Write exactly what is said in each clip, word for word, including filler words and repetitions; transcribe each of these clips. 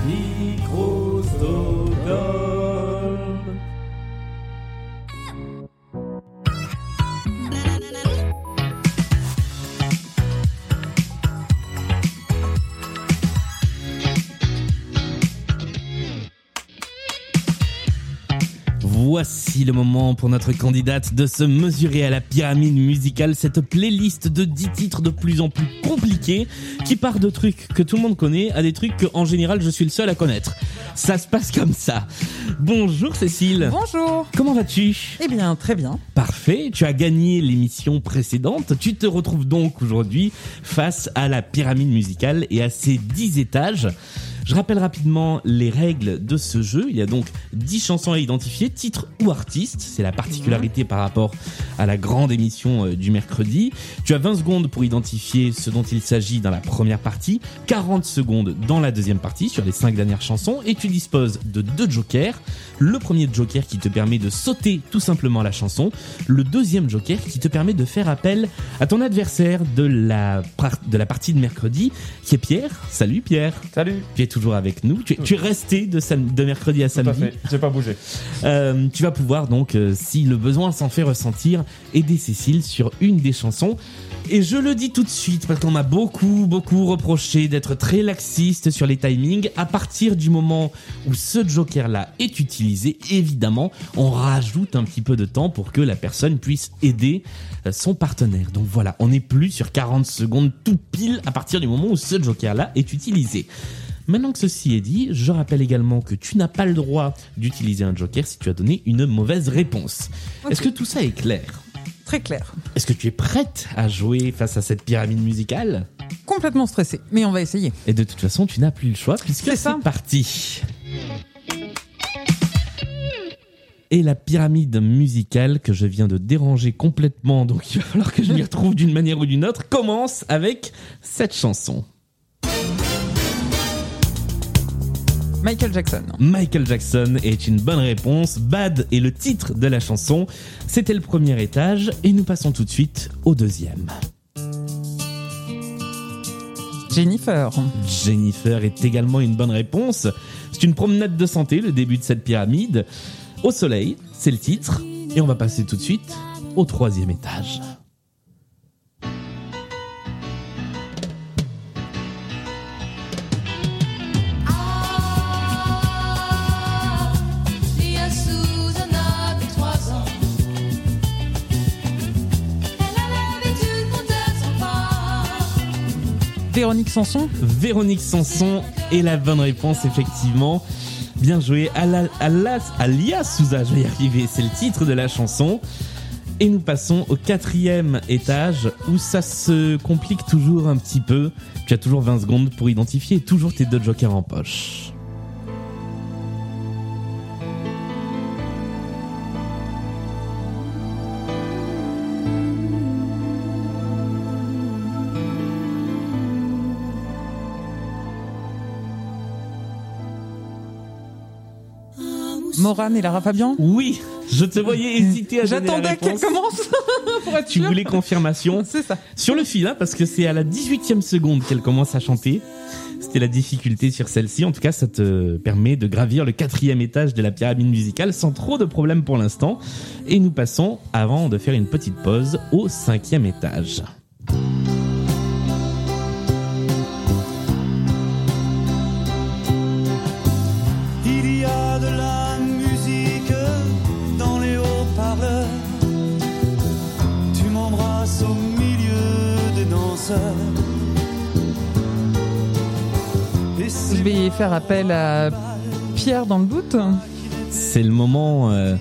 Microsoft. Voici le moment pour notre candidate de se mesurer à la pyramide musicale, cette playlist de dix titres de plus en plus compliqués qui part de trucs que tout le monde connaît à des trucs que en général je suis le seul à connaître. Ça se passe comme ça. Bonjour Cécile. Bonjour. Comment vas-tu ? Eh bien, très bien. Parfait, tu as gagné l'émission précédente. Tu te retrouves donc aujourd'hui face à la pyramide musicale et à ses dix étages. Je rappelle rapidement les règles de ce jeu. Il y a donc dix chansons à identifier, titre ou artiste. C'est la particularité par rapport à la grande émission du mercredi. Tu as vingt secondes pour identifier ce dont il s'agit dans la première partie, quarante secondes dans la deuxième partie sur les cinq dernières chansons et tu disposes de deux jokers. Le premier joker qui te permet de sauter tout simplement la chanson. Le deuxième joker qui te permet de faire appel à ton adversaire de la, de la partie de mercredi qui est Pierre. Salut Pierre. Salut. Tu es toujours avec nous. Tu es, tu es resté de, sam- de mercredi à samedi. Tout à fait. J'ai pas bougé. Euh, tu vas pouvoir donc, euh, si le besoin s'en fait ressentir, aider Cécile sur une des chansons. Et je le dis tout de suite parce qu'on m'a beaucoup, beaucoup reproché d'être très laxiste sur les timings. À partir du moment où ce joker-là est utilisé, évidemment, on rajoute un petit peu de temps pour que la personne puisse aider son partenaire. Donc voilà, on n'est plus sur quarante secondes tout pile à partir du moment où ce joker-là est utilisé. Maintenant que ceci est dit, je rappelle également que tu n'as pas le droit d'utiliser un joker si tu as donné une mauvaise réponse. Okay. Est-ce que tout ça est clair ? Très clair. Est-ce que tu es prête à jouer face à cette pyramide musicale ? Complètement stressée, mais on va essayer. Et de toute façon, tu n'as plus le choix puisque c'est, c'est parti. Et la pyramide musicale que je viens de déranger complètement, donc il va falloir que je m'y retrouve d'une manière ou d'une autre, commence avec cette chanson. Michael Jackson. Michael Jackson est une bonne réponse. Bad est le titre de la chanson. C'était le premier étage et nous passons tout de suite au deuxième. Jennifer. Jennifer est également une bonne réponse. C'est une promenade de santé, le début de cette pyramide. Au soleil, c'est le titre. Et on va passer tout de suite au troisième étage. Véronique Sanson. Véronique Sanson est la bonne réponse, effectivement. Bien joué. Ala, ala, Alia Souza, je vais y arriver, c'est le titre de la chanson. Et nous passons au quatrième étage où ça se complique toujours un petit peu. Tu as toujours vingt secondes pour identifier toujours tes deux jokers en poche. Morane et Lara Fabian. Oui, je te voyais hésiter à donner la réponse. J'attendais qu'elle commence pour être Tu sûre. voulais confirmation. C'est ça. Sur le fil, hein, parce que c'est à la dix-huitième seconde qu'elle commence à chanter. C'était la difficulté sur celle-ci. En tout cas, ça te permet de gravir le quatrième étage de la pyramide musicale sans trop de problèmes pour l'instant. Et nous passons, avant de faire une petite pause, au cinquième étage. Il y a de la musique dans les haut-parleurs. Tu m'embrasses au milieu des danseurs. Je vais faire appel à Pierre dans le doute. C'est le moment euh,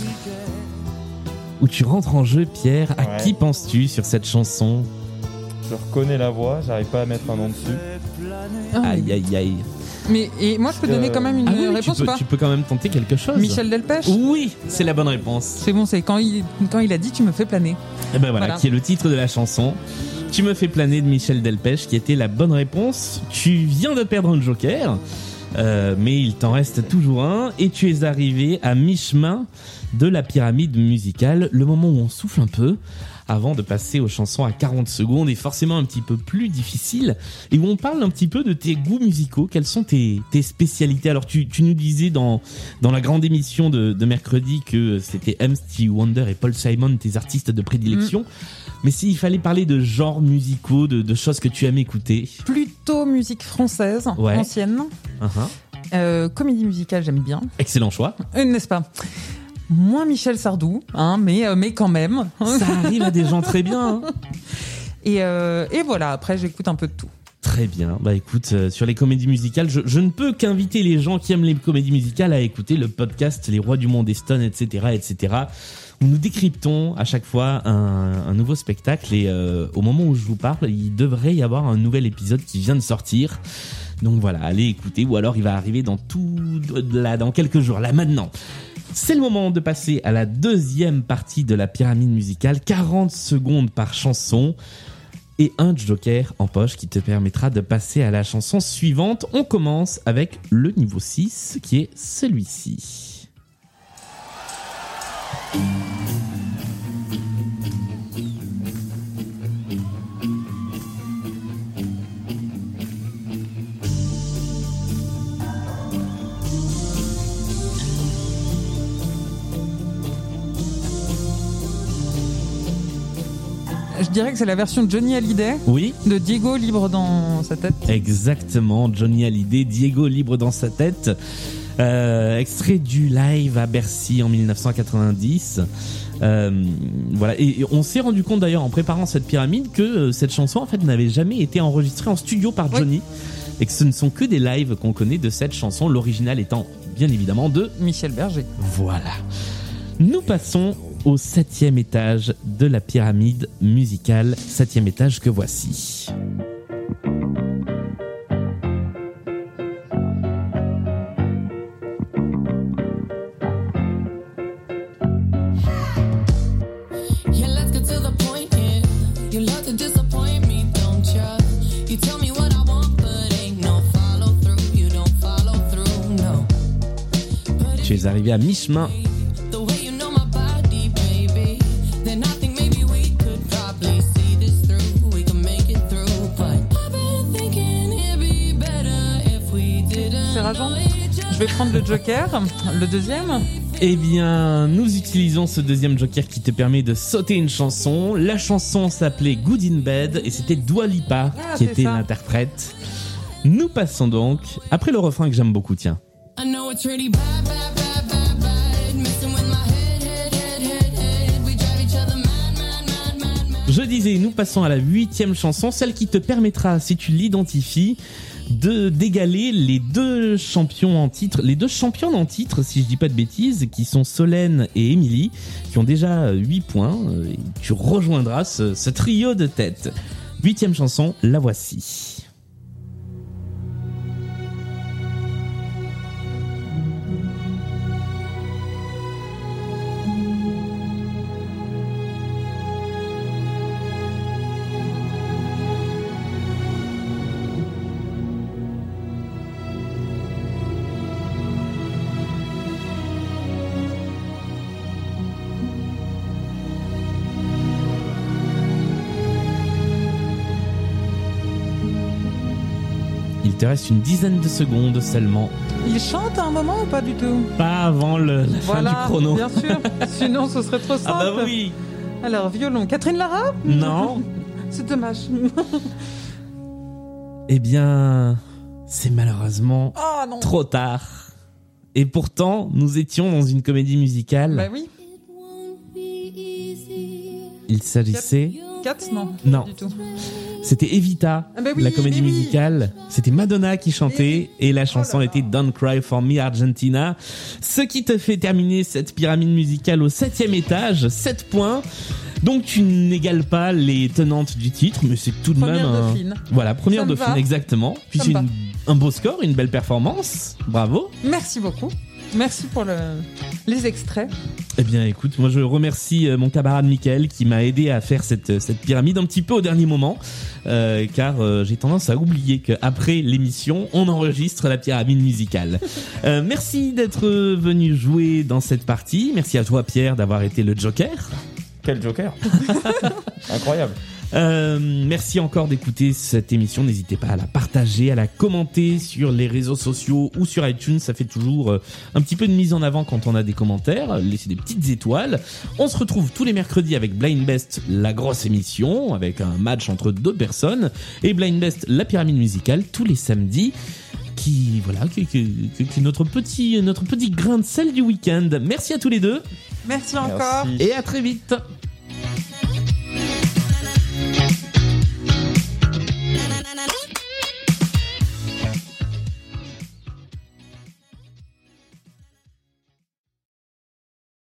où tu rentres en jeu, Pierre. À Ouais. qui penses-tu sur cette chanson ? Je reconnais la voix, j'arrive pas à mettre un nom dessus. Ah, Aïe, aïe, aïe. Mais et moi, je peux donner quand même une Ah oui, réponse tu ou peux, pas tu peux quand même tenter quelque chose. Michel Delpech. Oui, c'est la bonne réponse. C'est bon, c'est quand il quand il a dit tu me fais planer. Et ben voilà, Voilà. qui est le titre de la chanson. Tu me fais planer de Michel Delpech, qui était la bonne réponse. Tu viens de perdre un joker. Euh, mais il t'en reste toujours un et tu es arrivé à mi-chemin de la pyramide musicale, le moment où on souffle un peu avant de passer aux chansons à quarante secondes et forcément un petit peu plus difficile et où on parle un petit peu de tes goûts musicaux. Quelles sont tes, tes spécialités? Alors tu, tu nous disais dans, dans la grande émission de, de mercredi que c'était M. Stevie Wonder et Paul Simon tes artistes de prédilection. Mmh. Mais s'il fallait parler de genres musicaux, de, de choses que tu aimes écouter. Plutôt musique française, ouais. Ancienne. Uh-huh. Euh, comédie musicale, j'aime bien. Excellent choix. Euh, n'est-ce pas? Moins Michel Sardou, hein, mais, euh, mais quand même. Ça arrive à des gens très bien. Hein. Et, euh, et voilà, après j'écoute un peu de tout. Très bien. Bah écoute, euh, sur les comédies musicales, je, je ne peux qu'inviter les gens qui aiment les comédies musicales à écouter le podcast Les Rois du Monde et Stone, et cetera, et cetera, où nous décryptons à chaque fois un, un nouveau spectacle et euh, au moment où je vous parle, il devrait y avoir un nouvel épisode qui vient de sortir. Donc voilà, allez écouter, ou alors il va arriver dans tout là dans quelques jours, là maintenant. C'est le moment de passer à la deuxième partie de la pyramide musicale, quarante secondes par chanson et un joker en poche qui te permettra de passer à la chanson suivante. On commence avec le niveau six qui est celui-ci. Je dirais que c'est la version de Johnny Hallyday. Oui. De Diego libre dans sa tête. Exactement, Johnny Hallyday, Diego libre dans sa tête. Euh, extrait du live à Bercy en dix-neuf cent quatre-vingt-dix. Euh, voilà. Et, et on s'est rendu compte d'ailleurs en préparant cette pyramide que euh, cette chanson en fait n'avait jamais été enregistrée en studio par Johnny. Oui. Et que ce ne sont que des lives qu'on connaît de cette chanson, l'original étant bien évidemment de Michel Berger. Voilà. Nous passons au septième étage de la pyramide musicale, septième étage que voici. Tu es arrivé à mi-chemin. Je vais prendre le joker, le deuxième. Eh bien, nous utilisons ce deuxième joker qui te permet de sauter une chanson. La chanson s'appelait Good in Bed et c'était Dua Lipa ah, qui était ça. L'interprète. Nous passons donc, après le refrain que j'aime beaucoup, tiens. Je disais, nous passons à la huitième chanson, celle qui te permettra, si tu l'identifies, de d'égaler les deux champions en titre, les deux championnes en titre, si je dis pas de bêtises, qui sont Solène et Émilie, qui ont déjà huit points. Et tu rejoindras ce, ce trio de tête. Huitième chanson, la voici. Il te reste une dizaine de secondes seulement. Il chante à un moment ou pas du tout? Pas avant le, la voilà, fin du chrono. Bien sûr, sinon ce serait trop simple. Ah bah oui. Alors, violon, Catherine Lara? Non. C'est dommage. Eh bien, c'est malheureusement oh, non. trop tard. Et pourtant, nous étions dans une comédie musicale. Bah oui. Il s'agissait... Cats, non. Non. Pas du tout. C'était Evita, ah bah oui, la comédie oui. musicale. C'était Madonna qui chantait et la chanson oh était Don't Cry for Me Argentina. Ce qui te fait terminer cette pyramide musicale au septième étage, sept points. Donc tu n'égales pas les tenantes du titre, mais c'est tout de première même un... Dauphine. Voilà, première Ça me Dauphine, va. exactement. Puis c'est une... un beau score, une belle performance. Bravo. Merci beaucoup. Merci pour le, les extraits. Eh bien, écoute, moi je remercie mon camarade Mickaël qui m'a aidé à faire cette, cette pyramide un petit peu au dernier moment, euh, car euh, j'ai tendance à oublier qu'après l'émission, on enregistre la pyramide musicale. Euh, merci d'être venu jouer dans cette partie. Merci à toi, Pierre, d'avoir été le Joker. Quel Joker. Incroyable. Euh, merci encore d'écouter cette émission. N'hésitez pas à la partager, à la commenter sur les réseaux sociaux ou sur iTunes. Ça fait toujours euh, un petit peu de mise en avant quand on a des commentaires. Laissez des petites étoiles. On se retrouve tous les mercredis avec Blind Best, la grosse émission, avec un match entre deux personnes. Et Blind Best, la pyramide musicale, tous les samedis. Qui, voilà, qui, qui, qui, qui est notre petit, notre petit grain de sel du week-end. Merci à tous les deux. Merci encore. Merci. Et à très vite.